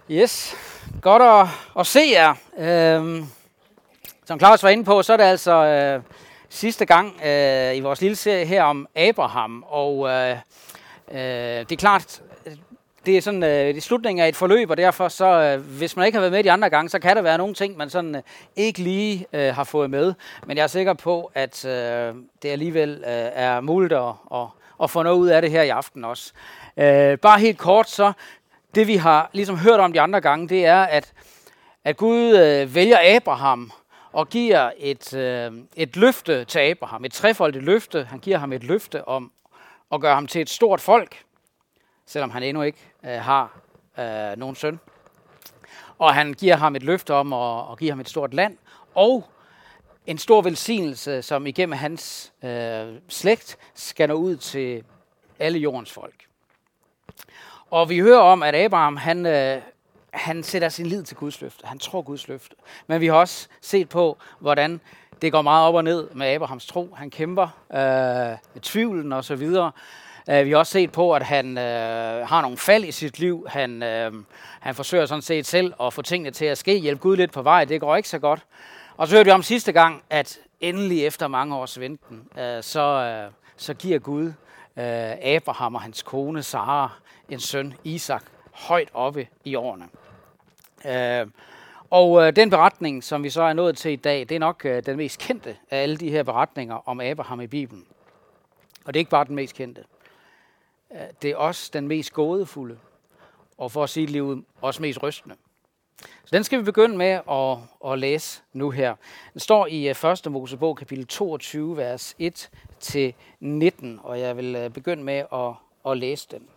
Yes, godt at se jer. Som Claus var inde på, så er det altså sidste gang i vores lille serie her om Abraham. Og det er klart, det er sådan det er slutningen af et forløb, og derfor så, hvis man ikke har været med de andre gange, så kan der være nogle ting, man sådan ikke lige har fået med. Men jeg er sikker på, at det alligevel er muligt at få noget ud af det her i aften også. Bare helt kort så. Det vi har ligesom hørt om de andre gange, det er, at Gud vælger Abraham og giver et løfte til Abraham. Et trefoldigt løfte. Han giver ham et løfte om at gøre ham til et stort folk, selvom han endnu ikke har nogen søn. Og han giver ham et løfte om at give ham et stort land, og en stor velsignelse, som igennem hans slægt skal nå ud til alle jordens folk. Og vi hører om, at Abraham, han sætter sin lid til Guds løfte. Han tror Guds løfte. Men vi har også set på, hvordan det går meget op og ned med Abrahams tro. Han kæmper med tvivlen og så videre. Vi har også set på, at han har nogle fald i sit liv. Han forsøger sådan set selv at få tingene til at ske. Hjælpe Gud lidt på vej. Det går ikke så godt. Og så hørte vi om sidste gang, at endelig efter mange års venten, så giver Gud Abraham og hans kone Sara en søn, Isak, højt oppe i årene. Og den beretning, som vi så er nået til i dag, det er nok den mest kendte af alle de her beretninger om Abraham i Bibelen. Og det er ikke bare den mest kendte. Det er også den mest gådefulde, og for at sige livet, også mest rystende. Så den skal vi begynde med at læse nu her. Den står i 1. Mosebog, kapitel 22, vers 1-19, og jeg vil begynde med at læse den.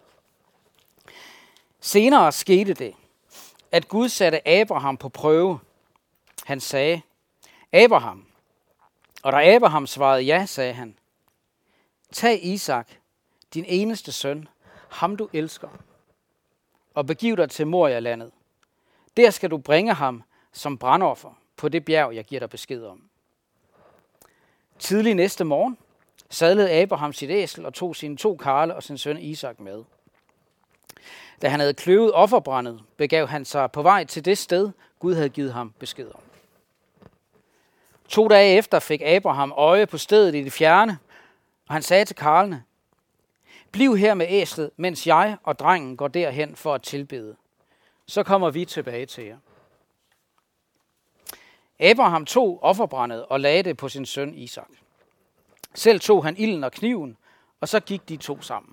Senere skete det, at Gud satte Abraham på prøve. Han sagde, Abraham. Og da Abraham svarede ja, sagde han, tag Isak, din eneste søn, ham du elsker, og begiv dig til Moria-landet. Der skal du bringe ham som brandoffer på det bjerg, jeg giver dig besked om. Tidlig næste morgen sadlede Abraham sit æsel og tog sine 2 karle og sin søn Isak med. Da han havde kløvet offerbrændet, begav han sig på vej til det sted, Gud havde givet ham besked om. 2 dage efter fik Abraham øje på stedet i det fjerne, og han sagde til karlene, bliv her med æslet, mens jeg og drengen går derhen for at tilbede. Så kommer vi tilbage til jer. Abraham tog offerbrændet og lagde det på sin søn Isak. Selv tog han ilden og kniven, og så gik de 2 sammen.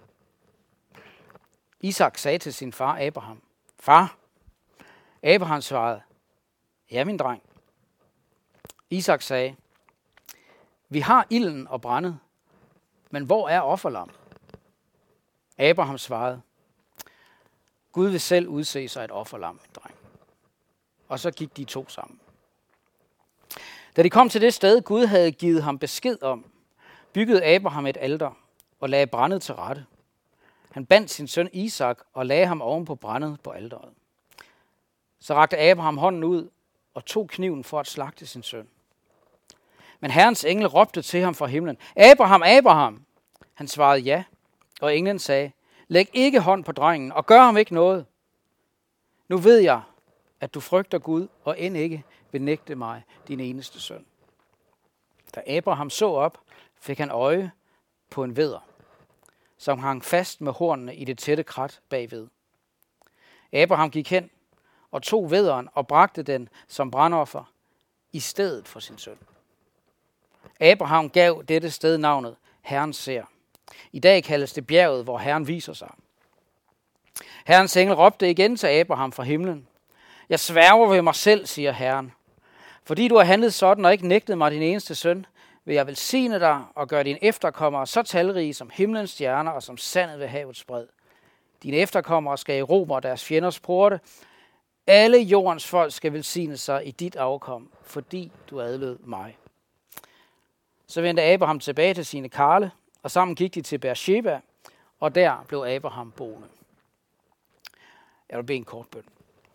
Isak sagde til sin far Abraham, far. Abraham svarede, ja min dreng. Isak sagde, vi har ilden og brændet, men hvor er offerlam? Abraham svarede, Gud vil selv udse sig et offerlam, min dreng. Og så gik de 2 sammen. Da de kom til det sted, Gud havde givet ham besked om, byggede Abraham et alter og lagde brændet til rette. Han bandt sin søn Isak og lagde ham oven på brændet på alteret. Så rakte Abraham hånden ud og tog kniven for at slagte sin søn. Men Herrens engel råbte til ham fra himlen, Abraham, Abraham! Han svarede ja, og englen sagde, læg ikke hånd på drengen og gør ham ikke noget. Nu ved jeg, at du frygter Gud og end ikke vil nægte mig din eneste søn. Da Abraham så op, fik han øje på en vædder, som hang fast med hornene i det tætte krat bagved. Abraham gik hen og tog vædderen og bragte den som brandoffer i stedet for sin søn. Abraham gav dette sted navnet Herren ser. I dag kaldes det bjerget, hvor Herren viser sig. Herrens engel råbte igen til Abraham fra himlen. Jeg sværger ved mig selv, siger Herren. Fordi du har handlet sådan og ikke nægtet mig din eneste søn, vil jeg velsigne dig og gøre dine efterkommere så talrige som himlens stjerner og som sandet ved havets bred. Dine efterkommere skal erobre deres fjenders porte. Alle jordens folk skal velsigne sig i dit afkom, fordi du adlød mig. Så vendte Abraham tilbage til sine karle, og sammen gik de til Beersheba, og der blev Abraham boende. Jeg vil bede en kort bøn.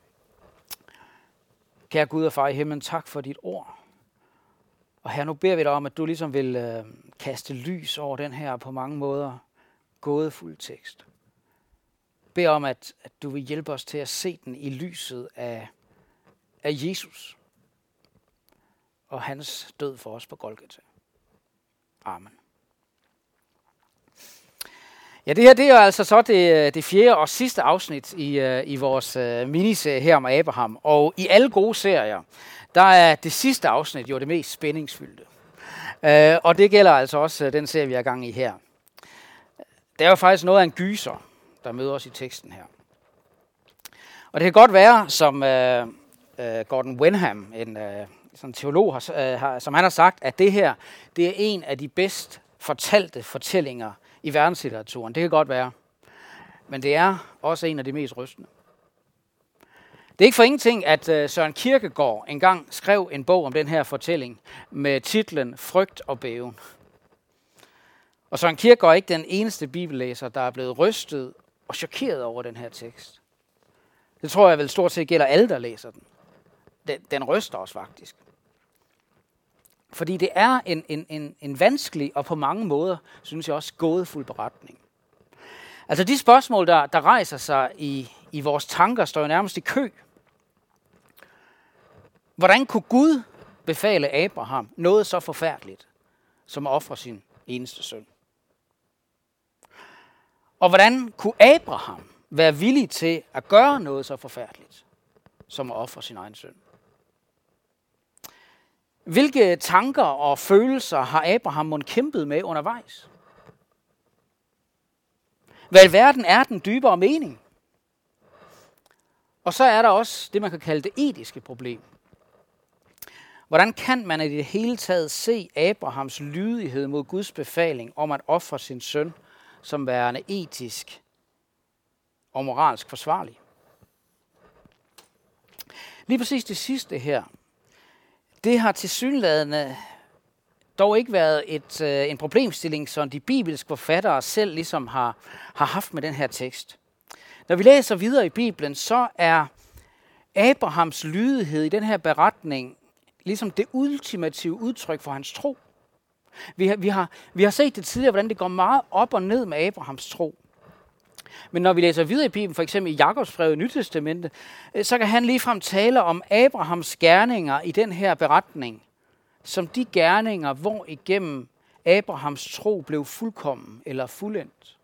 Kære Gud og far i himlen, tak for dit ord. Og her nu beder vi dig om, at du ligesom vil kaste lys over den her på mange måder gådefuld tekst. beder om, at du vil hjælpe os til at se den i lyset af Jesus og hans død for os på Golgata. Amen. Ja, det her det er altså så det fjerde og sidste afsnit i vores miniserie her om Abraham. Og i alle gode serier, der er det sidste afsnit jo det mest spændingsfyldte. Og det gælder altså også den serie, vi er i gang i her. Det er jo faktisk noget af en gyser, der møder os i teksten her. Og det kan godt være, som Gordon Wenham, en sådan teolog, som han har sagt, at det her det er en af de bedst fortalte fortællinger i verdenslitteraturen. Det kan godt være. Men det er også en af de mest rystende. Det er ikke for ingenting, at Søren Kierkegaard engang skrev en bog om den her fortælling med titlen Frygt og bæven. Og Søren Kierkegaard er ikke den eneste bibellæser, der er blevet rystet og chokeret over den her tekst. Det tror jeg vel stort set gælder alle, der læser den. Den ryster os faktisk. Fordi det er en vanskelig og på mange måder, synes jeg også, gådefuld beretning. Altså de spørgsmål, der rejser sig i vores tanker, står jo nærmest i kø. Hvordan kunne Gud befale Abraham noget så forfærdeligt, som at ofre sin eneste søn? Og hvordan kunne Abraham være villig til at gøre noget så forfærdeligt, som at ofre sin egen søn? Hvilke tanker og følelser har Abraham mon kæmpet med undervejs? Hvad i verden er den dybere mening? Og så er der også det, man kan kalde det etiske problem. Hvordan kan man i det hele taget se Abrahams lydighed mod Guds befaling om at ofre sin søn som værende etisk og moralsk forsvarlig? Lige præcis det sidste her, det har tilsyneladende dog ikke været en problemstilling, som de bibelske forfattere selv ligesom har haft med den her tekst. Når vi læser videre i Bibelen, så er Abrahams lydighed i den her beretning ligesom det ultimative udtryk for hans tro. Vi har set det tidligere, hvordan det går meget op og ned med Abrahams tro. Men når vi læser videre i Bibelen, for eksempel i Jakobs brev i Nyt Testamente, så kan han ligefrem tale om Abrahams gerninger i den her beretning, som de gerninger, hvor igennem Abrahams tro blev fuldkommen eller fuldendt.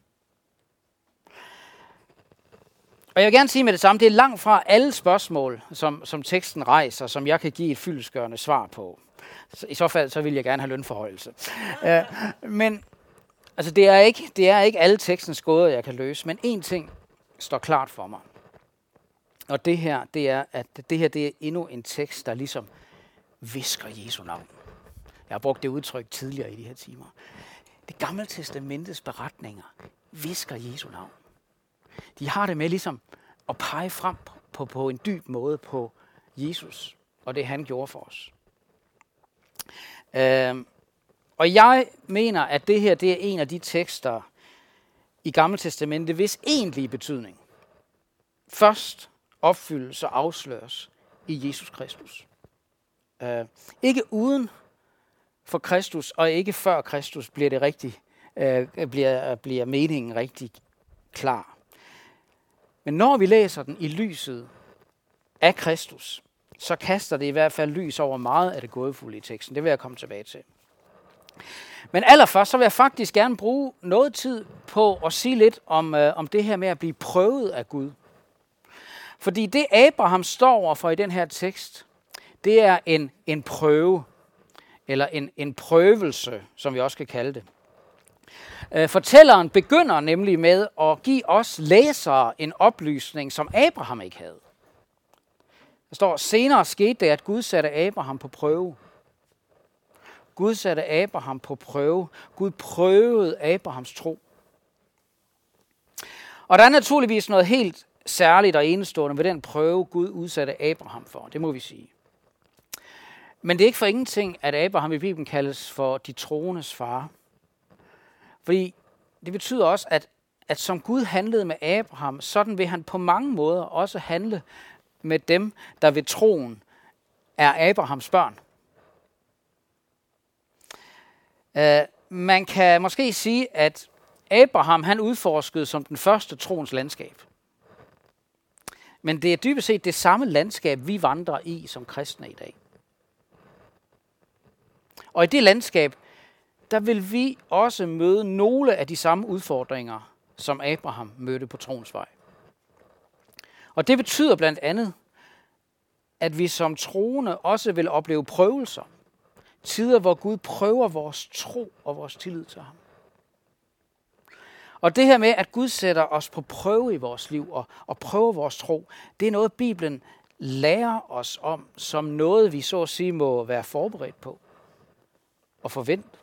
Og jeg vil gerne sige med det samme, det er langt fra alle spørgsmål, som teksten rejser, som jeg kan give et fyldestgørende svar på. I så fald så vil jeg gerne have lønforhøjelse. Men altså, det er ikke alle tekstens gåder, jeg kan løse, men én ting står klart for mig. Og det her, det er, at det her det er endnu en tekst, der ligesom hvisker Jesu navn. Jeg har brugt det udtryk tidligere i de her timer. Det gamle testamentets beretninger hvisker Jesu navn. De har det med ligesom at pege frem på en dyb måde på Jesus og det, han gjorde for os. Og jeg mener, at det her det er en af de tekster i Gamle Testamentet, hvis egentlige betydning først opfyldes og afsløres i Jesus Kristus. Ikke uden for Kristus, og ikke før Kristus bliver det rigtig, bliver meningen rigtig klar. Men når vi læser den i lyset af Kristus, så kaster det i hvert fald lys over meget af det gådefulde i teksten. Det vil jeg komme tilbage til. Men allerførst, så vil jeg faktisk gerne bruge noget tid på at sige lidt om det her med at blive prøvet af Gud. Fordi det Abraham står overfor i den her tekst, det er en prøve, eller en prøvelse, som vi også kan kalde det. Fortælleren begynder nemlig med at give os læsere en oplysning, som Abraham ikke havde. Der står, senere skete det, at Gud satte Abraham på prøve. Gud satte Abraham på prøve. Gud prøvede Abrahams tro. Og der er naturligvis noget helt særligt og enestående ved den prøve, Gud udsatte Abraham for. Det må vi sige. Men det er ikke for ingenting, at Abraham i Bibelen kaldes for de troendes far. Fordi det betyder også, at som Gud handlede med Abraham, sådan vil han på mange måder også handle med dem, der ved troen er Abrahams børn. Man kan måske sige, at Abraham, han udforskede som den første troens landskab. Men det er dybest set det samme landskab, vi vandrer i som kristne i dag. Og i det landskab, der vil vi også møde nogle af de samme udfordringer, som Abraham mødte på troens vej. Og det betyder blandt andet, at vi som troende også vil opleve prøvelser. Tider, hvor Gud prøver vores tro og vores tillid til ham. Og det her med, at Gud sætter os på prøve i vores liv og prøver vores tro, det er noget, Bibelen lærer os om, som noget, vi så at sige må være forberedt på og forvente.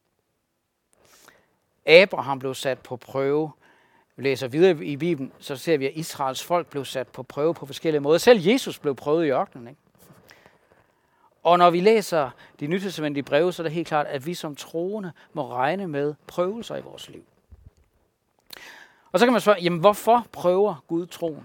Abraham blev sat på prøve. Vi læser videre i Bibelen, så ser vi, at Israels folk blev sat på prøve på forskellige måder. Selv Jesus blev prøvet i ørkenen, ikke? Og når vi læser de nytestamentlige breve, så er det helt klart, at vi som troende må regne med prøvelser i vores liv. Og så kan man spørge, jamen hvorfor prøver Gud troen?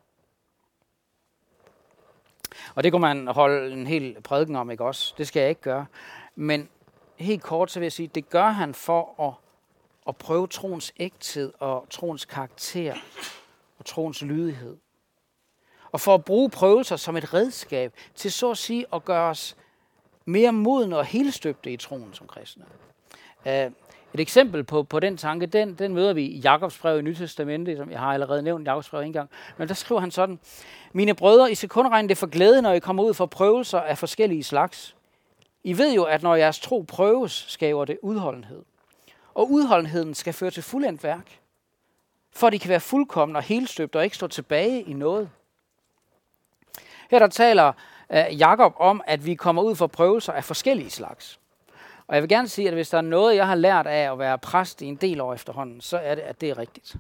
Og det kunne man holde en hel prædiken om, ikke også? Det skal jeg ikke gøre. Men helt kort så vil jeg sige, det gør han for at prøve troens ægthed og troens karakter og troens lydighed. Og for at bruge prøvelser som et redskab til så at sige at gøre os mere modne og helstøbte i troen som kristne. Et eksempel på den tanke, den møder vi i Jakobs brev i Nyt Testamentet, som jeg har allerede nævnt Jakobs brev en gang. Men der skriver han sådan: Mine brødre, I skal kun regne det for glæde, når I kommer ud for prøvelser af forskellige slags. I ved jo, at når jeres tro prøves, skaber det udholdenhed. Og udholdenheden skal føre til fuldendt værk, for de kan være fuldkomne og helstøbte og ikke stå tilbage i noget. Her der taler Jakob om, at vi kommer ud for prøvelser af forskellige slags. Og jeg vil gerne sige, at hvis der er noget, jeg har lært af at være præst i en del år efterhånden, så er det, at det er rigtigt.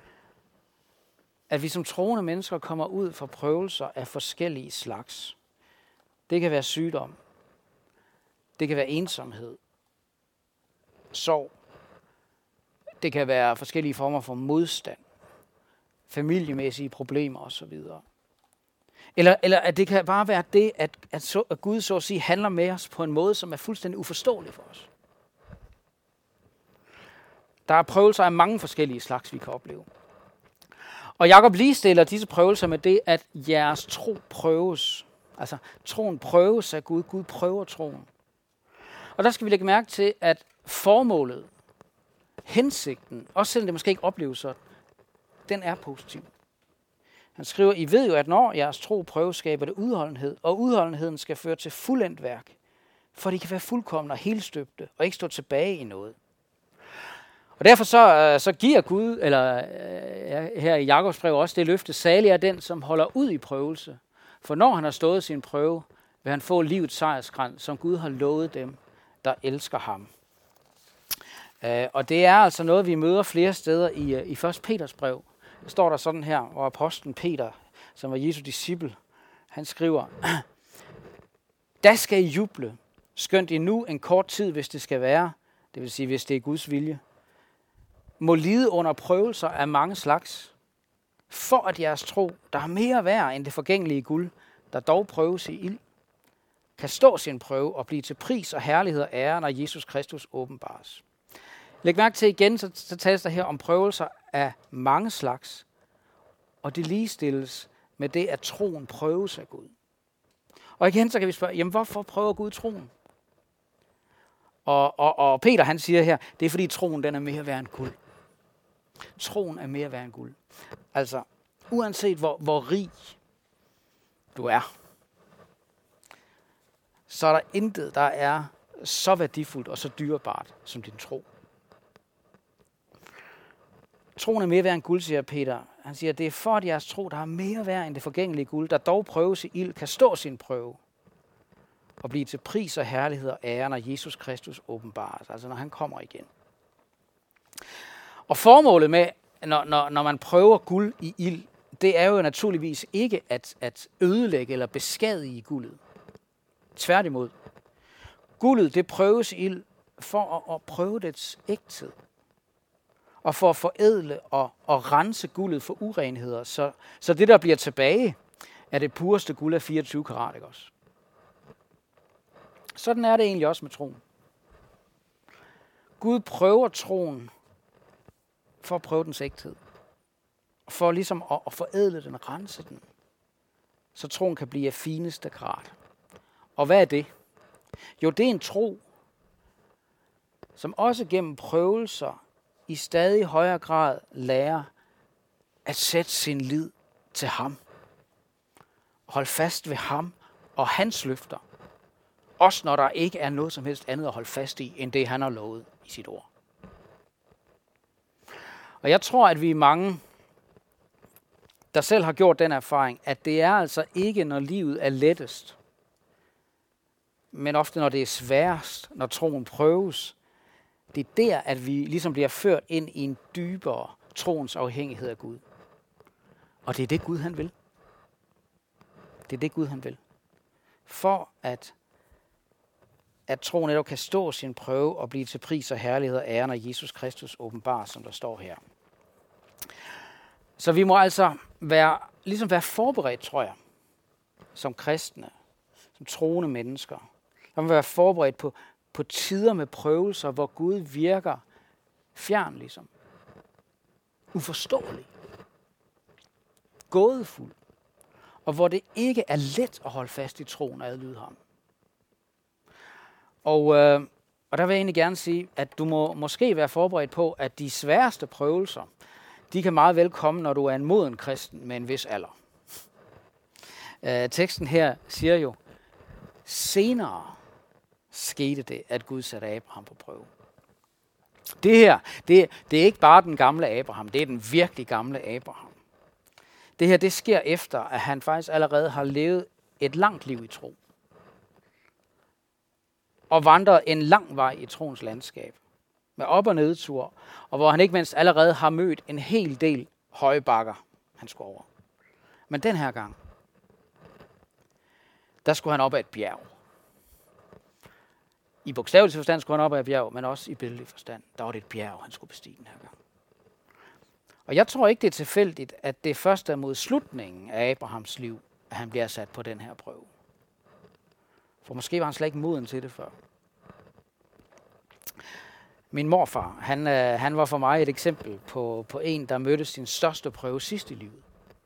At vi som troende mennesker kommer ud for prøvelser af forskellige slags. Det kan være sygdom. Det kan være ensomhed. Sorg. Det kan være forskellige former for modstand. Familiemæssige problemer osv. Eller at det kan bare være det, at Gud så at sige handler med os på en måde, som er fuldstændig uforståelig for os. Der er prøvelser af mange forskellige slags, vi kan opleve. Og Jakob ligestiller disse prøvelser med det, at jeres tro prøves. Altså, troen prøves af Gud. Gud prøver troen. Og der skal vi lægge mærke til, at formålet, hensigten, også selvom det måske ikke opleves sådan, den er positiv. Han skriver, I ved jo, at når jeres tro prøves, skaber det udholdenhed, og udholdenheden skal føre til fuldendt værk, for de kan være fuldkomne og helstøbte, og ikke stå tilbage i noget. Og derfor så giver Gud, her i Jakobs brev også det løfte, salig er den, som holder ud i prøvelse. For når han har stået sin prøve, vil han få livets sejrskrans, som Gud har lovet dem, der elsker ham. Og det er altså noget, vi møder flere steder i 1. Peters brev. Der står der sådan her, hvor apostlen Peter, som var Jesu disciple, han skriver: Da skal I juble, skønt I nu en kort tid, hvis det skal være, det vil sige, hvis det er Guds vilje, må lide under prøvelser af mange slags, for at jeres tro, der er mere værd end det forgængelige guld, der dog prøves i ild, kan stå sin prøve og blive til pris og herlighed og ære, når Jesus Kristus åbenbares. Læg mærke til igen, så tales der her om prøvelser af mange slags, og det ligestilles med det, at troen prøves af Gud. Og igen, så kan vi spørge, jamen hvorfor prøver Gud troen? Og Peter, han siger her, det er fordi troen, den er mere værd end guld. Troen er mere værd end guld. Altså, uanset hvor rig du er, så er der intet, der er så værdifuldt og så dyrebart som din tro. Troen er mere værd end guld, siger Peter. Han siger, det er for, at jeres tro, der er mere værd end det forgængelige guld, der dog prøves i ild, kan stå sin prøve og blive til pris og herlighed og ære, når Jesus Kristus åbenbares, altså når han kommer igen. Og formålet med, når man prøver guld i ild, det er jo naturligvis ikke at ødelægge eller beskadige guldet. Tværtimod. Guldet, det prøves i ild for at prøve dets ægthed. Og for at forædle og rense guldet for urenheder. Så det, der bliver tilbage, er det pureste guld af 24 karat, ikke også? Sådan er det egentlig også med troen. Gud prøver troen for at prøve dens ægthed. For ligesom at forædle den, rense den, så troen kan blive af fineste grad. Og hvad er det? Jo, det er en tro, som også gennem prøvelser i stadig højere grad lærer at sætte sin lid til ham. Hold fast ved ham og hans løfter. Også når der ikke er noget som helst andet at holde fast i, end det han har lovet i sit ord. Og jeg tror, at vi er mange, der selv har gjort den erfaring, at det er altså ikke, når livet er lettest, men ofte når det er sværest, når troen prøves. Det er der, at vi ligesom bliver ført ind i en dybere troens afhængighed af Gud. Og det er det Gud han vil. Det er det Gud han vil. For at troen netop kan stå sin prøve og blive til pris og herlighed og ære, når Jesus Kristus åbenbarer, som der står her. Så vi må altså være forberedt, tror jeg, som kristne, som troende mennesker. Vi må være forberedt på tider med prøvelser, hvor Gud virker fjern, ligesom. Uforståelig. Gådefuld. Og hvor det ikke er let at holde fast i troen og adlyde ham. Og der vil jeg egentlig gerne sige, at du må måske være forberedt på, at de sværeste prøvelser, de kan meget vel komme, når du er en moden kristen med en vis alder. Teksten her siger jo, senere skete det, at Gud satte Abraham på prøve. Det her, det er ikke bare den gamle Abraham, det er den virkelig gamle Abraham. Det her, det sker efter, at han faktisk allerede har levet et langt liv i tro. Og vandret en lang vej i troens landskab. Med op- og nedtur. Og hvor han ikke mindst allerede har mødt en hel del høje bakker, han skulle over. Men den her gang, der skulle han op ad et bjerg. I bogstavelig forstand skulle han op ad et bjerg, men også i billedlig forstand. Der var det et bjerg, han skulle bestige den her gang. Og jeg tror ikke, det er tilfældigt, at det først er mod slutningen af Abrahams liv, at han bliver sat på den her prøve. For måske var han slet ikke moden til det før. Min morfar, han var for mig et eksempel på en, der mødte sin største prøve sidst i livet.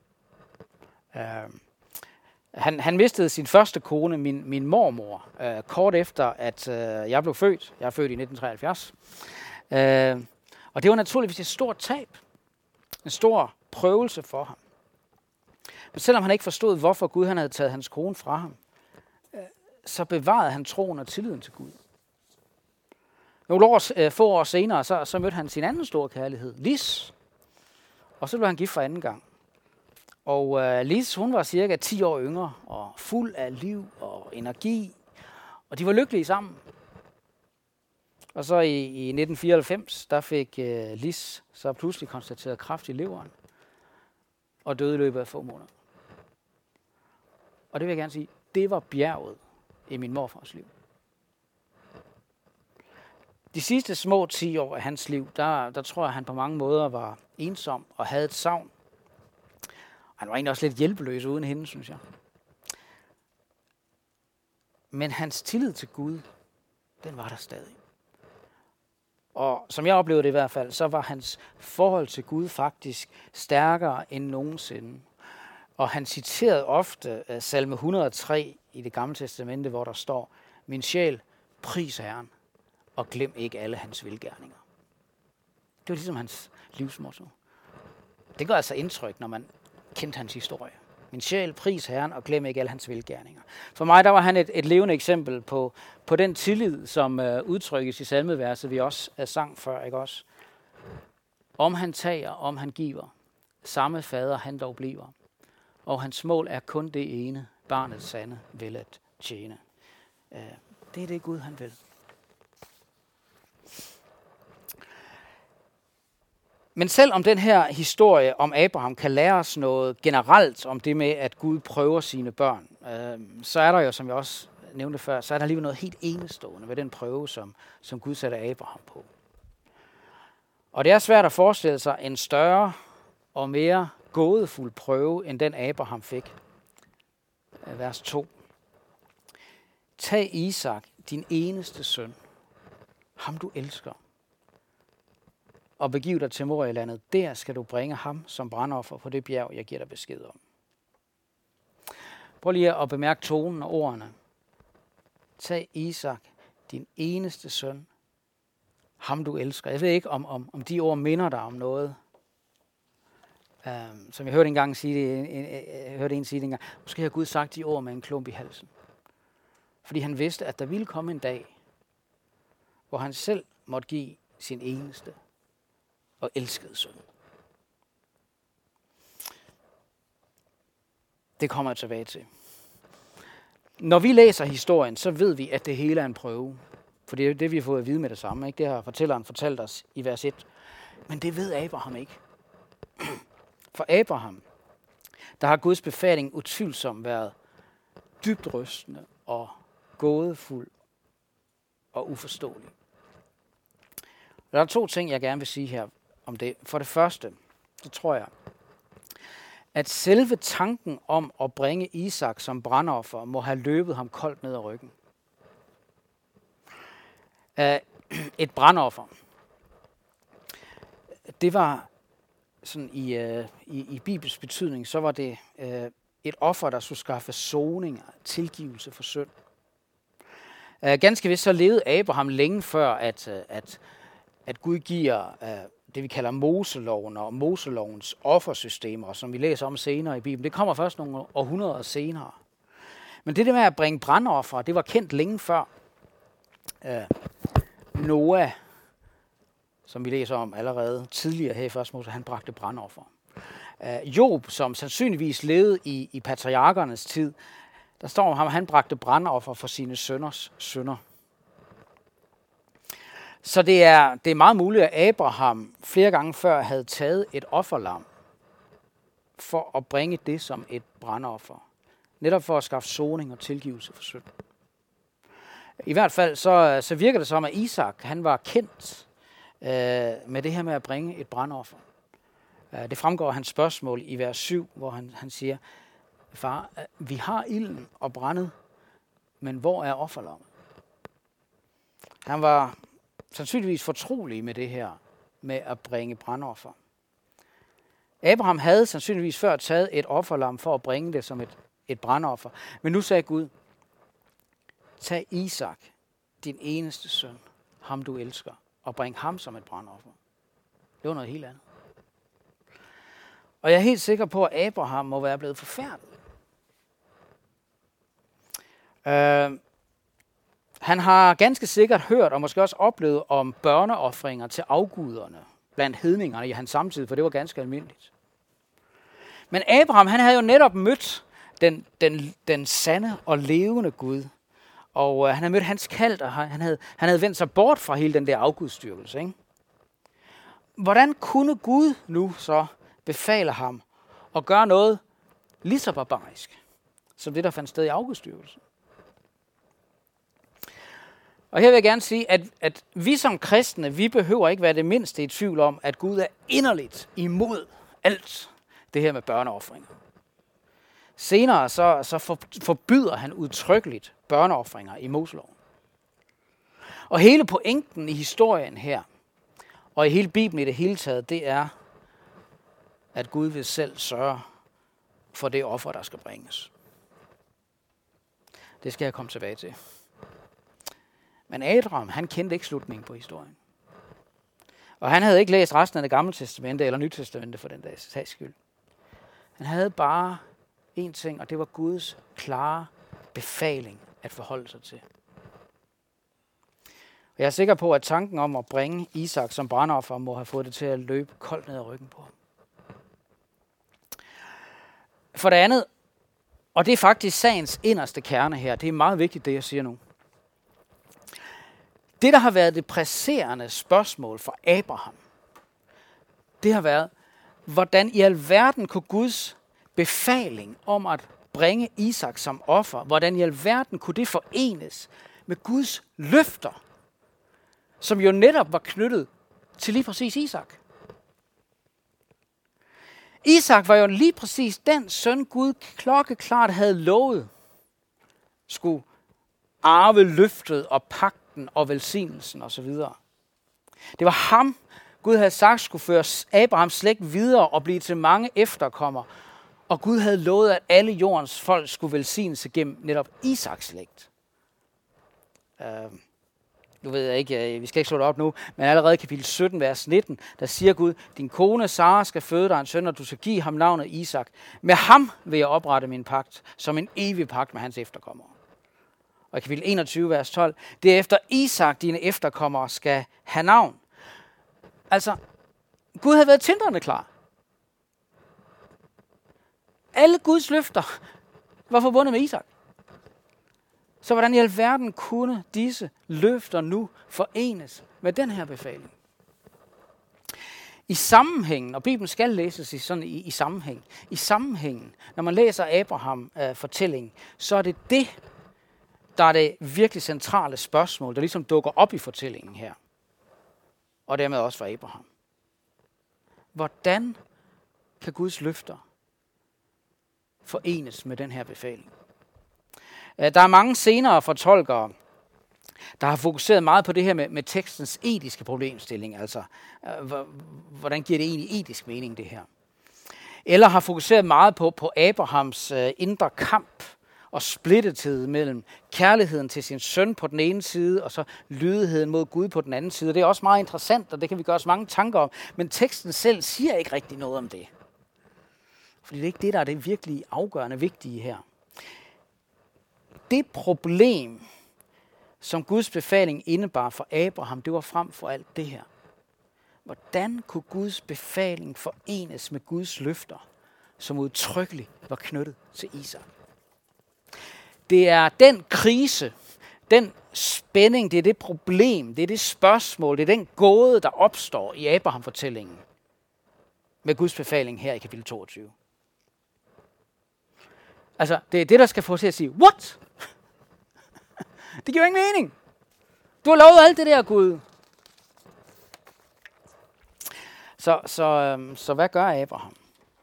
Han mistede sin første kone, min mormor, kort efter, at jeg blev født. Jeg er født i 1973. Og det var naturligvis et stort tab. En stor prøvelse for ham. Men selvom han ikke forstod, hvorfor Gud han havde taget hans kone fra ham, så bevarede han troen og tilliden til Gud. Få år senere, så mødte han sin anden store kærlighed, Lis. Og så blev han gift for anden gang. Og Lis, hun var cirka 10 år yngre, og fuld af liv og energi. Og de var lykkelige sammen. Og så i 1994, der fik Lis så pludselig konstateret kræft i leveren. Og døde i løbet af få måneder. Og det vil jeg gerne sige, det var bjerget i min morfars liv. De sidste små 10 år af hans liv, der tror jeg, han på mange måder var ensom og havde et savn. Han var egentlig også lidt hjælpeløs uden hende, synes jeg. Men hans tillid til Gud, den var der stadig. Og som jeg oplevede det i hvert fald, så var hans forhold til Gud faktisk stærkere end nogensinde. Og han citerede ofte salme 103 i Det Gamle Testamente, hvor der står, min sjæl, pris Herren, og glem ikke alle hans velgerninger. Det var ligesom hans livsmotto. Det gør altså indtryk, når man kendte hans historie. Min sjæl, pris Herren, og glem ikke alle hans velgerninger. For mig, der var han et levende eksempel på den tillid, som udtrykkes i salmeverset, vi også sang før, ikke også? Om han tager, om han giver, samme fader han dog bliver. Og hans mål er kun det ene, barnets sande vil at tjene. Det er det Gud, han vil. Men selvom den her historie om Abraham kan lære os noget generelt om det med, at Gud prøver sine børn, så er der jo, som jeg også nævnte før, så er der alligevel noget helt enestående ved den prøve, som Gud satte Abraham på. Og det er svært at forestille sig en større og mere gådefuld prøve, end den Abraham fik. Vers 2. Tag Isak, din eneste søn, ham du elsker, og begiv dig til Moria-landet. Der skal du bringe ham som brandoffer på det bjerg, jeg giver dig besked om. Prøv lige at bemærke tonen og ordene. Tag Isak, din eneste søn, ham du elsker. Jeg ved ikke, om de ord minder dig om noget. Som jeg hørte en sige det engang. Måske har Gud sagt de ord med en klump i halsen. Fordi han vidste, at der ville komme en dag, hvor han selv måtte give sin eneste og elskede søn. Det kommer jeg tilbage til. Når vi læser historien, så ved vi, at det hele er en prøve. For det er det, vi har fået at vide med det samme. Ikke? Det har fortælleren fortalt os i vers 1. Men det ved Abraham ikke. For Abraham, der har Guds befaling utvivlsomt været dybt rystende og gådefuld og uforståelig. Der er 2 ting, jeg gerne vil sige her om det. For det første, så tror jeg, at selve tanken om at bringe Isak som brandoffer må have løbet ham koldt ned ad ryggen. Et brandoffer, det var sådan i Bibels betydning, så var det et offer, der skulle skaffe soning og tilgivelse for synd. Ganske vist så levede Abraham længe før, at Gud giver det, vi kalder Moseloven og Moselovens offersystemer, som vi læser om senere i Bibelen. Det kommer først nogle århundreder senere. Men det der med at bringe brandoffer, det var kendt længe før. Noah, som vi læser om allerede tidligere her i 1. Mose, han bragte brandoffer. Job, som sandsynligvis levede i patriarkernes tid, der står om ham, han bragte brandoffer for sine sønners synder. Så det er meget muligt, at Abraham flere gange før havde taget et offerlam for at bringe det som et brandoffer. Netop for at skaffe soning og tilgivelse for synd. I hvert fald så virker det som, at Isak han var kendt med det her med at bringe et brandoffer. Det fremgår af hans spørgsmål i vers 7, hvor han siger, far, vi har ilden og brændet, men hvor er offerlammet? Han var sandsynligvis fortrolig med det her med at bringe brandoffer. Abraham havde sandsynligvis før taget et offerlam for at bringe det som et brandoffer. Men nu sagde Gud, tag Isak, din eneste søn, ham du elsker, og bring ham som et brandoffer. Det var noget helt andet. Og jeg er helt sikker på, at Abraham må være blevet forfærdet. Han har ganske sikkert hørt og måske også oplevet om børneofringer til afguderne blandt hedningerne i hans samtid, for det var ganske almindeligt. Men Abraham, han havde jo netop mødt den sande og levende Gud. Og han havde mødt hans kald, og han havde vendt sig bort fra hele den der afgudstyrkelse. Ikke? Hvordan kunne Gud nu så befale ham at gøre noget lige så barbarisk, som det, der fandt sted i afgudstyrkelsen? Og her vil jeg gerne sige, at vi som kristne, vi behøver ikke være det mindste i tvivl om, at Gud er inderligt imod alt det her med børneofringer. Senere så forbyder han udtrykkeligt børneofringer i Moseloven. Og hele pointen i historien her, og i hele Bibelen i det hele taget, det er, at Gud vil selv sørge for det offer, der skal bringes. Det skal jeg komme tilbage til. Men Abraham, han kendte ikke slutningen på historien. Og han havde ikke læst resten af det gamle testamente eller nyt testamente for den dags sags skyld. Han havde bare én ting, og det var Guds klare befaling at forholde sig til. Og jeg er sikker på, at tanken om at bringe Isak som brandoffer må have fået det til at løbe koldt ned ad ryggen på ham. For det andet, og det er faktisk sagens inderste kerne her, det er meget vigtigt, det jeg siger nu. Det, der har været det presserende spørgsmål for Abraham, det har været, hvordan i alverden kunne Guds befaling om at bringe Isak som offer, hvordan i alverden kunne det forenes med Guds løfter, som jo netop var knyttet til lige præcis Isak. Isak var jo lige præcis den søn, Gud klokkeklart havde lovet, skulle arve løftet og pagten og velsignelsen osv. Det var ham, Gud havde sagt, skulle føre Abrahams slægt videre og blive til mange efterkommere. Og Gud havde lovet, at alle jordens folk skulle velsignes gennem netop Isaks slægt. Nu ved jeg ikke, vi skal ikke slå det op nu, men allerede i kapitel 17, vers 19, der siger Gud, din kone Sara skal føde dig en søn, og du skal give ham navnet Isak. Med ham vil jeg oprette min pagt, som en evig pagt med hans efterkommere. Og i kapitel 21, vers 12, det er efter Isak, dine efterkommere skal have navn. Altså, Gud havde været tindrende klar. Alle Guds løfter var forbundet med Isak. Så hvordan i alverden kunne disse løfter nu forenes med den her befaling? I sammenhængen, og Bibelen skal læses i sammenhæng. I sammenhængen, når man læser Abraham fortælling, så er det, der er det virkelig centrale spørgsmål, der ligesom dukker op i fortællingen her. Og dermed også for Abraham. Hvordan kan Guds løfter forenes med den her befaling? Der er mange senere fortolkere, der har fokuseret meget på det her med tekstens etiske problemstilling. Altså, hvordan giver det egentlig etisk mening, det her? Eller har fokuseret meget på Abrahams indre kamp og splittethed mellem kærligheden til sin søn på den ene side, og så lydigheden mod Gud på den anden side. Det er også meget interessant, og det kan vi gøre os mange tanker om. Men teksten selv siger ikke rigtig noget om det. Fordi det er ikke det, der er det virkelig afgørende vigtige her. Det problem, som Guds befaling indebar for Abraham, det var frem for alt det her. Hvordan kunne Guds befaling forenes med Guds løfter, som udtrykkeligt var knyttet til Isak? Det er den krise, den spænding, det er det problem, det er det spørgsmål, det er den gåde, der opstår i Abraham-fortællingen med Guds befaling her i kapitel 22. Altså, det er det, der skal få os til at sige, what? Det giver ingen mening. Du har lovet alt det der, Gud. Så hvad gør Abraham?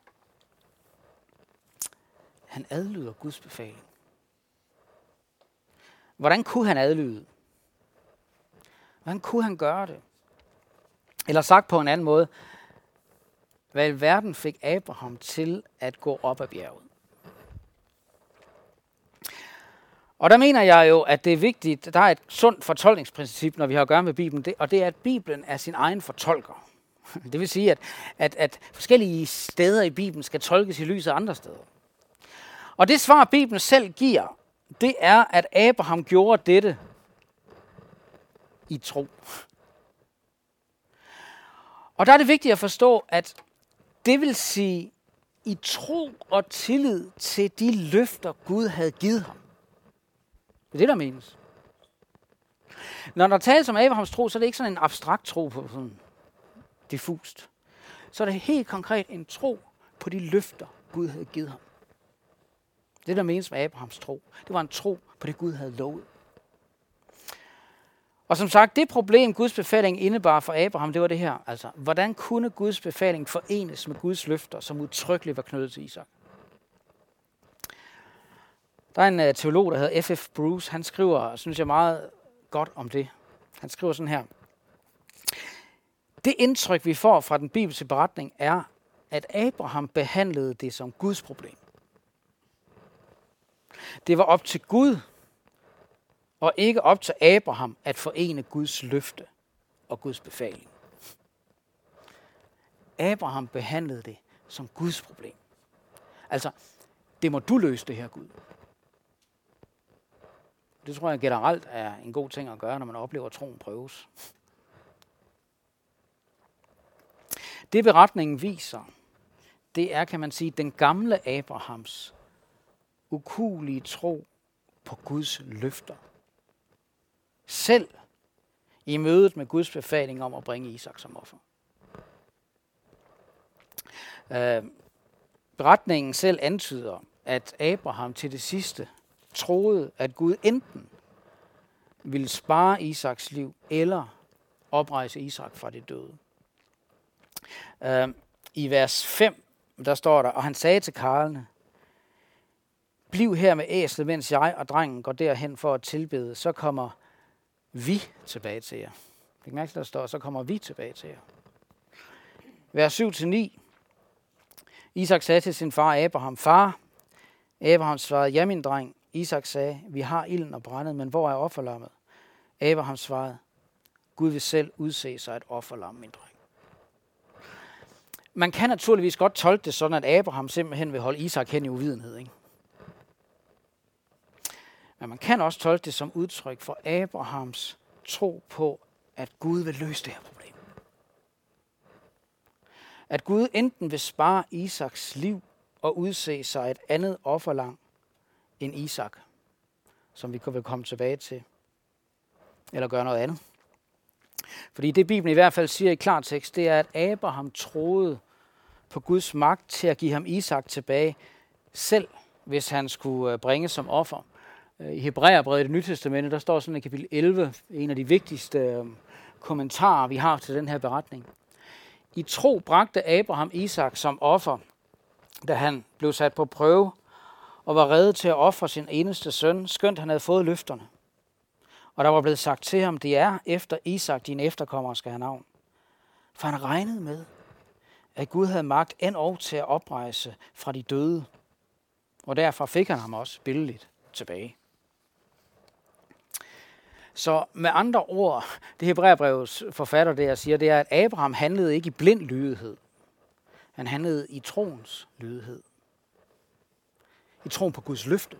Han adlyder Guds befaling. Hvordan kunne han adlyde? Hvordan kunne han gøre det? Eller sagt på en anden måde, hvad i verden fik Abraham til at gå op ad bjerget? Og der mener jeg jo, at det er vigtigt, der er et sundt fortolkningsprincip, når vi har at gøre med Bibelen, og det er, at Bibelen er sin egen fortolker. Det vil sige, at forskellige steder i Bibelen skal tolkes i lyset af andre steder. Og det svar, Bibelen selv giver, det er, at Abraham gjorde dette i tro. Og der er det vigtigt at forstå, at det vil sige i tro og tillid til de løfter, Gud havde givet ham. Det er det, der menes. Når der tales om Abrahams tro, så er det ikke sådan en abstrakt tro på sådan diffust. Så er det helt konkret en tro på de løfter, Gud havde givet ham. Det, der menes med Abrahams tro, det var en tro på det, Gud havde lovet. Og som sagt, det problem, Guds befaling indebar for Abraham, det var det her. Altså, hvordan kunne Guds befaling forenes med Guds løfter, som udtrykkeligt var knyttet til Isak? Der er en teolog, der hedder F.F. Bruce. Han skriver, synes jeg, meget godt om det. Han skriver sådan her. Det indtryk, vi får fra den bibelske beretning, er, at Abraham behandlede det som Guds problem. Det var op til Gud, og ikke op til Abraham, at forene Guds løfte og Guds befaling. Abraham behandlede det som Guds problem. Altså, det må du løse det her, Gud. Det tror jeg generelt er en god ting at gøre, når man oplever, at troen prøves. Det beretningen viser, det er, kan man sige, den gamle Abrahams ukuelige tro på Guds løfter. Selv i mødet med Guds befaling om at bringe Isak som offer. Beretningen selv antyder, at Abraham til det sidste troede, at Gud enten ville spare Isaks liv, eller oprejse Isak fra de døde. I vers 5, der står der, og han sagde til karlene, bliv her med æslet, mens jeg og drengen går derhen for at tilbede, så kommer vi tilbage til jer. Det kan mærke, der står, så kommer vi tilbage til jer. Vers 7-9. Isak sagde til sin far Abraham, far. Abraham svarede, ja min dreng. Isak sagde, vi har ilden og brændet, men hvor er offerlammet? Abraham svarede, Gud vil selv udse sig et offerlam, min dreng. Man kan naturligvis godt tolke det sådan, at Abraham simpelthen vil holde Isak hen i uvidenhed, ikke? Men man kan også tolke det som udtryk for Abrahams tro på, at Gud vil løse det her problem. At Gud enten vil spare Isaks liv og udse sig et andet offerlam end Isak, som vi vil komme tilbage til, eller gøre noget andet. Fordi det Bibelen i hvert fald siger i klartekst, det er, at Abraham troede på Guds magt til at give ham Isak tilbage selv, hvis han skulle bringe som offer. I Hebræerbrevet i Det Nye Testamente, der står sådan i kapitel 11, en af de vigtigste kommentarer, vi har til den her beretning. I tro bragte Abraham Isak som offer, da han blev sat på prøve og var rede til at ofre sin eneste søn, skønt han havde fået løfterne. Og der var blevet sagt til ham, det er efter Isak, din efterkommer skal have navn. For han regnede med, at Gud havde magt endog til at oprejse fra de døde. Og derfra fik han ham også billedligt tilbage. Så med andre ord, det Hebræerbrevets forfatter der siger, det er, at Abraham handlede ikke i blind lydighed. Han handlede i troens lydighed. I troen på Guds løfte.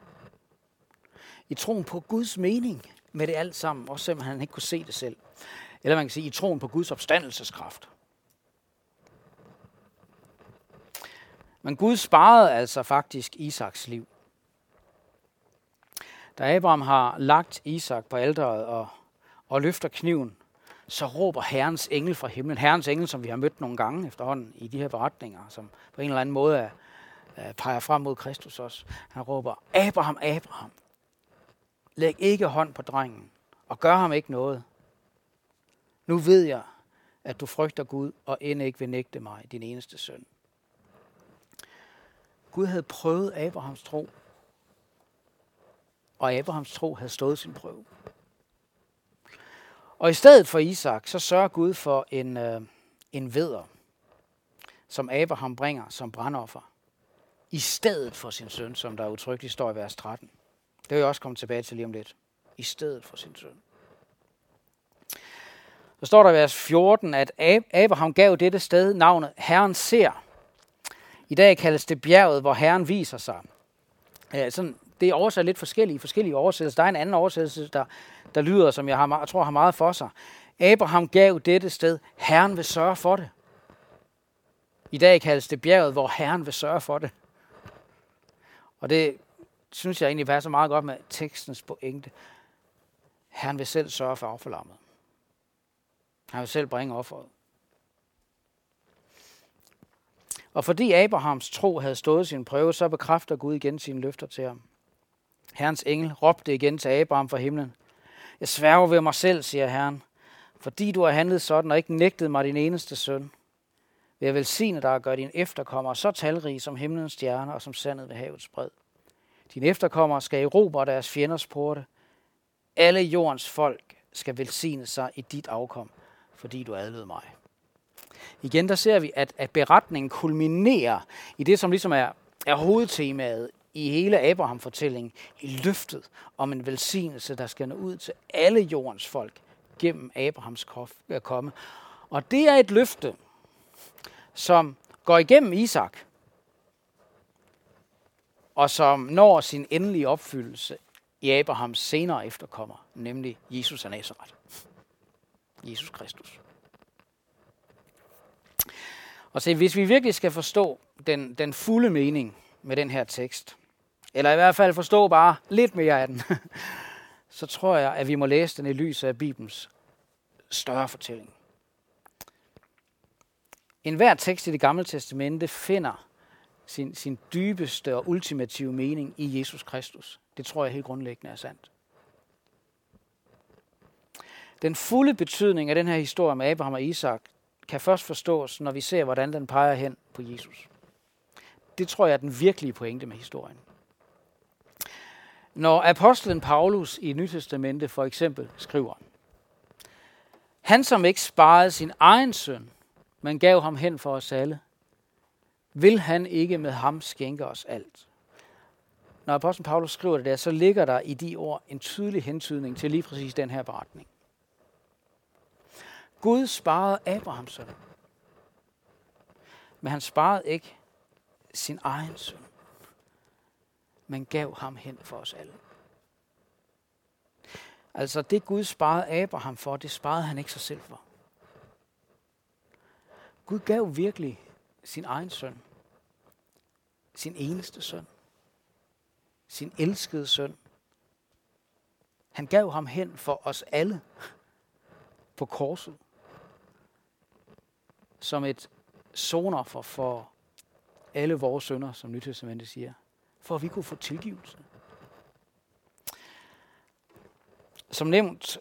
I troen på Guds mening med det alt sammen, også selvom han ikke kunne se det selv. Eller man kan sige, i troen på Guds opstandelseskraft. Men Gud sparede altså faktisk Isaks liv. Da Abraham har lagt Isak på alteret og løfter kniven, så råber Herrens engel fra himlen. Herrens engel, som vi har mødt nogle gange efterhånden i de her beretninger, som på en eller anden måde peger frem mod Kristus også. Han råber, Abraham, Abraham, læg ikke hånd på drengen og gør ham ikke noget. Nu ved jeg, at du frygter Gud og end ikke vil nægte mig, din eneste søn. Gud havde prøvet Abrahams tro, og Abrahams tro havde stået sin prøve. Og i stedet for Isak, så sørger Gud for en vædder, som Abraham bringer som brandoffer, i stedet for sin søn, som der udtrykkeligt står i vers 13. Det vil jeg også komme tilbage til lige om lidt. I stedet for sin søn. Så står der i vers 14, at Abraham gav dette sted navnet Herren ser. I dag kaldes det bjerget, hvor Herren viser sig. Det er oversat lidt forskellige oversættelser. Der er en anden oversættelse, der lyder, som jeg tror har meget for sig. Abraham gav dette sted, Herren vil sørge for det. I dag kaldes det bjerget, hvor Herren vil sørge for det. Og det synes jeg egentlig passer meget godt med tekstens pointe. Herren vil selv sørge for offerlammet. Han vil selv bringe offeret. Og fordi Abrahams tro havde stået sin prøve, så bekræfter Gud igen sine løfter til ham. Herrens engel råbte igen til Abraham fra himlen. Jeg sværger ved mig selv, siger Herren, fordi du har handlet sådan og ikke nægtet mig din eneste søn. Vil jeg velsigne dig og gøre din efterkommere så talrige som himlens stjerner og som sandet ved havets bred. Dine efterkommere skal erobre deres fjenders porte. Alle jordens folk skal velsigne sig i dit afkom, fordi du adlød mig. Igen der ser vi, at beretningen kulminerer i det, som ligesom er hovedtemaet i hele Abraham-fortællingen, i løftet om en velsignelse, der skal nå ud til alle jordens folk gennem Abrahams komme. Og det er et løfte, som går igennem Isak, og som når sin endelige opfyldelse i Abrahams senere efterkommer, nemlig Jesus af Nazaret. Jesus Kristus. Og se, hvis vi virkelig skal forstå den fulde mening med den her tekst, eller i hvert fald forstå bare lidt mere af den, så tror jeg, at vi må læse den i lyset af Bibelens større fortælling. Enhver tekst i Det Gamle Testamente finder sin dybeste og ultimative mening i Jesus Kristus. Det tror jeg helt grundlæggende er sandt. Den fulde betydning af den her historie med Abraham og Isak kan først forstås, når vi ser, hvordan den peger hen på Jesus. Det tror jeg er den virkelige pointe med historien. Når apostlen Paulus i Nyt Testamente for eksempel skriver, han som ikke sparede sin egen søn, men gav ham hen for os alle, vil han ikke med ham skænke os alt? Når apostlen Paulus skriver det der, så ligger der i de ord en tydelig hentydning til lige præcis den her beretning. Gud sparede Abrahams søn, men han sparede ikke sin egen søn, men gav ham hen for os alle. Altså det Gud sparede Abraham for, det sparede han ikke sig selv for. Gud gav virkelig sin egen søn, sin eneste søn, sin elskede søn. Han gav ham hen for os alle på korset, som et sonoffer for alle vores synder, som Nyt Testamentet siger, for at vi kunne få tilgivelse. Som nævnt,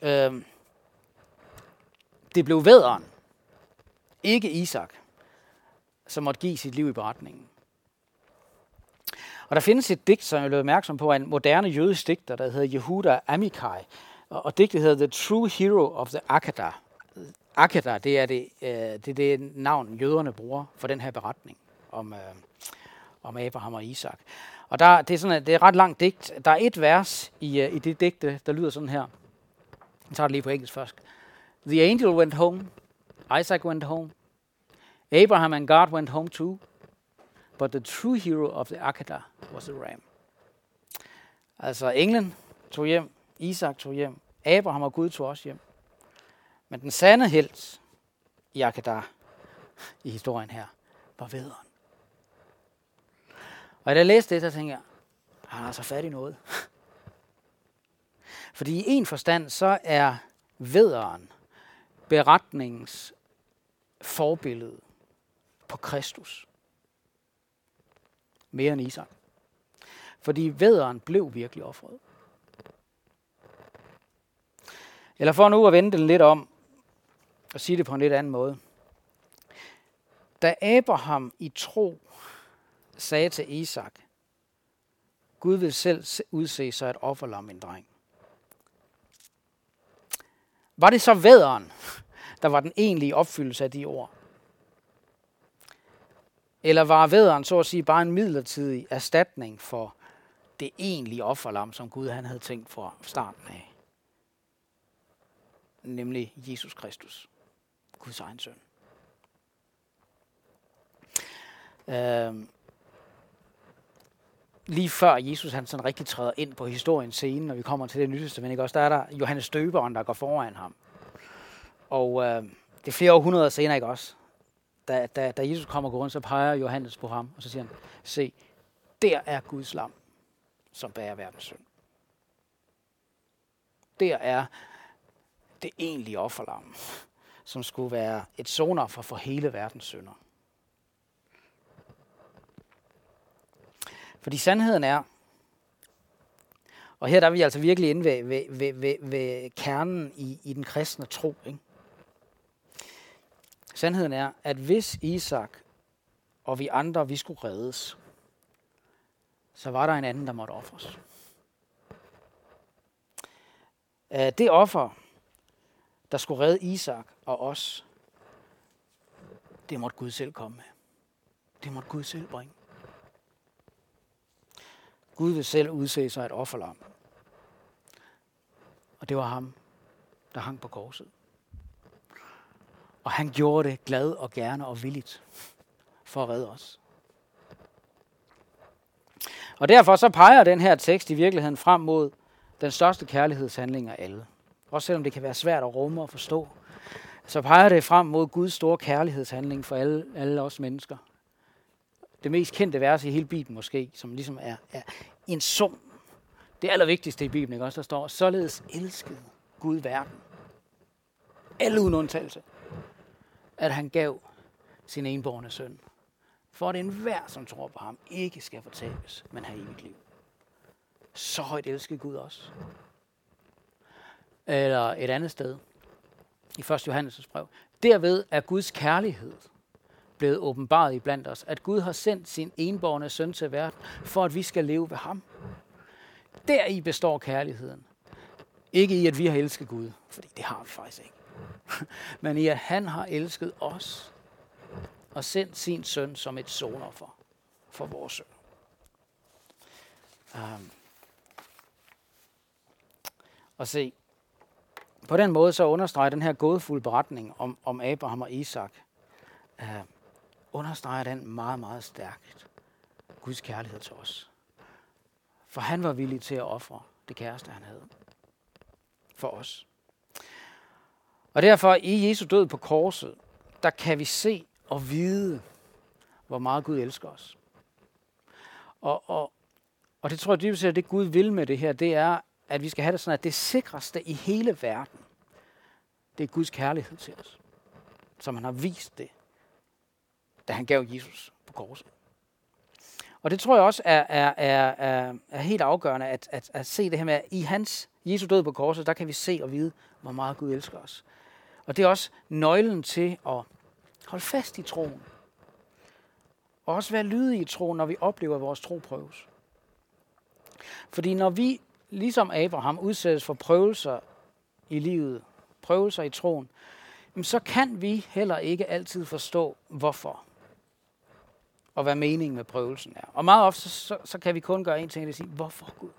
det blev vædderen, ikke Isak, som måtte give sit liv i beretningen. Og der findes et digt, som jeg blev opmærksom på, af en moderne jødisk digter, der hedder Yehuda Amichai. Og digtet hedder The True Hero of the Akedah. Akedah, det er det navn, jøderne bruger for den her beretning om Abraham og Isak. Og det er et ret langt digt. Der er et vers i det digte, der lyder sådan her. Jeg tager det lige på engelsk først. The angel went home. Isaac went home. Abraham and God went home too. But the true hero of the Akedah was a ram. Altså englen tog hjem, Isak tog hjem, Abraham og Gud tog også hjem. Men den sande helt i Akedah, i historien her, var vædderen. Og da jeg læste det, så tænkte jeg, han har så fat i noget. Fordi i en forstand, så er vædderen beretningens forbillede på Kristus. Mere end Isak. Fordi vædderen blev virkelig offret. Eller for nu at vende den lidt om, og sige det på en lidt anden måde. Da Abraham i tro sagde til Isak, Gud vil selv udse sig et offerlam, min dreng. Var det så vædderen, der var den egentlige opfyldelse af de ord? Eller var vædderen så at sige bare en midlertidig erstatning for det egentlige offerlam, som Gud han havde tænkt fra starten af? Nemlig Jesus Kristus, Guds egen søn. Lige før Jesus han sådan rigtig træder ind på historiens scene, når vi kommer til det Nye Testament, ikke også, der er der Johannes Døberen, der går foran ham. Og det er flere århundreder senere, ikke også? Da Jesus kommer og går rundt, så peger Johannes på ham, og så siger han, se, der er Guds lam, som bærer verdens synd. Der er det egentlige offerlam, som skulle være et sonoffer for hele verdens synder. Fordi sandheden er, og her der er vi altså virkelig inde ved kernen i den kristne tro, ikke? Sandheden er, at hvis Isak og vi andre, vi skulle reddes, så var der en anden, der måtte ofres. Det offer, der skulle redde Isak og os, det måtte Gud selv komme med. Det måtte Gud selv bringe. Gud vil selv udse sig et offerlam. Og det var ham, der hang på korset. Og han gjorde det glad og gerne og villigt for at redde os. Og derfor så peger den her tekst i virkeligheden frem mod den største kærlighedshandling af alle. Også selvom det kan være svært at rumme og forstå, så peger det frem mod Guds store kærlighedshandling for alle os mennesker. Det mest kendte vers i hele Bibelen måske, som ligesom er en sum. Det allervigtigste i Bibelen, ikke også? Der står, således elskede Gud verden. Alle uden undtagelse. At han gav sin enbårne søn. For at enhver, som tror på ham, ikke skal fortabes, men have evigt liv. Så højt elskede Gud os. Eller et andet sted, i 1. Johannes' brev. Derved er Guds kærlighed blevet åbenbaret iblandt os, at Gud har sendt sin enbårne søn til verden, for at vi skal leve ved ham. Deri består kærligheden. Ikke i, at vi har elsket Gud, fordi det har vi faktisk ikke. Men i, at han har elsket os og sendt sin søn som et sonoffer for vores synd. Og se, på den måde så understreger den her gådefulde beretning om Abraham og Isak, understreger den meget, meget stærkt Guds kærlighed til os. For han var villig til at ofre det kæreste, han havde for os. Og derfor i Jesu død på korset, der kan vi se og vide, hvor meget Gud elsker os. Og det tror jeg dybest set, at det Gud vil med det her, det er, at vi skal have det sådan, at det sikreste i hele verden, det er Guds kærlighed til os. Som han har vist det, da han gav Jesus på korset. Og det tror jeg også er helt afgørende at se det her med, at i hans Jesu død på korset, der kan vi se og vide, hvor meget Gud elsker os. Og det er også nøglen til at holde fast i troen. Og også være lydige i troen, når vi oplever, at vores tro prøves. Fordi når vi, ligesom Abraham, udsættes for prøvelser i livet, prøvelser i troen, så kan vi heller ikke altid forstå, hvorfor. Og hvad meningen med prøvelsen er. Og meget ofte, så kan vi kun gøre én ting, det er at sige, hvorfor Gud?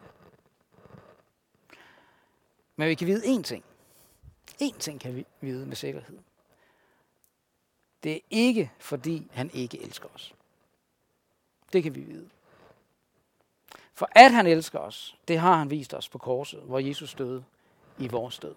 Men vi kan vide én ting. Én ting kan vi vide med sikkerhed. Det er ikke, fordi han ikke elsker os. Det kan vi vide. For at han elsker os, det har han vist os på korset, hvor Jesus døde i vores sted.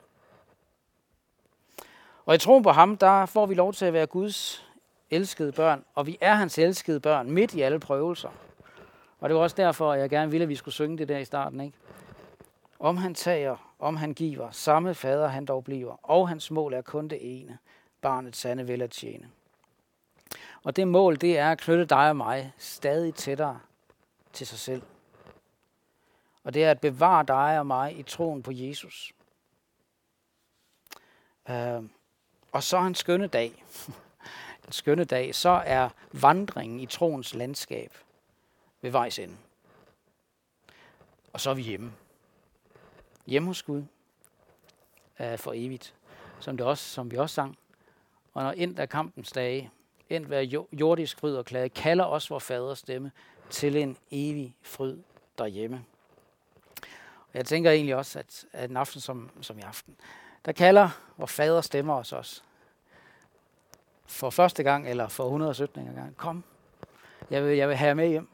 Og i troen på ham, der får vi lov til at være Guds elskede børn, og vi er hans elskede børn midt i alle prøvelser. Og det var også derfor, at jeg gerne ville, at vi skulle synge det der i starten, ikke? Om han tager, om han giver, samme fader han dog bliver, og hans mål er kun det ene, barnets sande vel at tjene. Og det mål, det er at knytte dig og mig stadig tættere til sig selv. Og det er at bevare dig og mig i troen på Jesus. Og så en skønne dag, så er vandringen i troens landskab ved vejs ende. Og så er vi hjemme. Hjemme hos Gud for evigt, som vi også sang. Og når endt er kampens dage, endt hver jordisk fryd og klage, kalder os vor faders stemme til en evig fryd derhjemme. Og jeg tænker egentlig også, at en aften som i aften, der kalder vor fader stemmer os også. For første gang, eller for 117. gang. Kom, jeg vil have jer med hjem.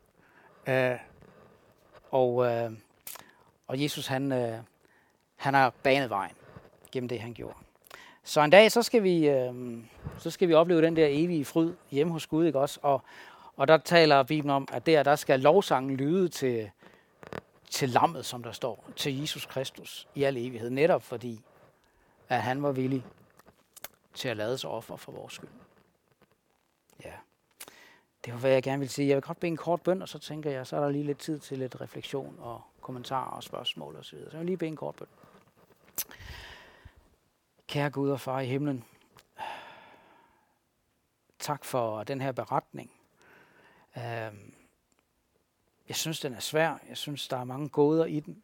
Og Jesus, han har banet vejen gennem det, han gjorde. Så en dag, så skal vi opleve den der evige fryd hjemme hos Gud, ikke også? Og der taler Bibelen om, at der skal lovsangen lyde til lammet, som der står, til Jesus Kristus i al evighed. Netop fordi, at han var villig til at lade sig offer for vores skyld. Ja, det var, hvad jeg gerne vil sige. Jeg vil godt bede en kort bøn, og så tænker jeg, så er der lige lidt tid til lidt refleksion og kommentarer og spørgsmål osv. Så jeg vil lige bede en kort bøn. Kære Gud og Far i himlen, tak for den her beretning. Jeg synes, den er svær. Jeg synes, der er mange gåder i den.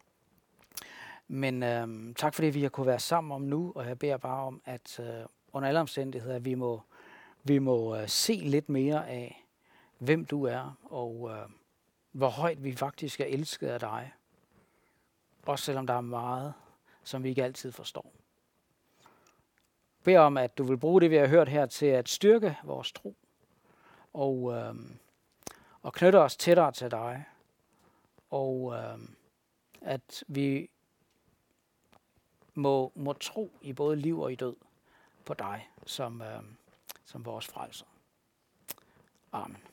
Men tak fordi vi har kunne være sammen om nu, og jeg beder bare om, at under alle omstændigheder, vi må se lidt mere af, hvem du er, og hvor højt vi faktisk er elsket af dig. Også selvom der er meget, som vi ikke altid forstår. Jeg beder om, at du vil bruge det, vi har hørt her, til at styrke vores tro, og knytte os tættere til dig, og at vi må tro i både liv og i død på dig som vores frelser. Amen.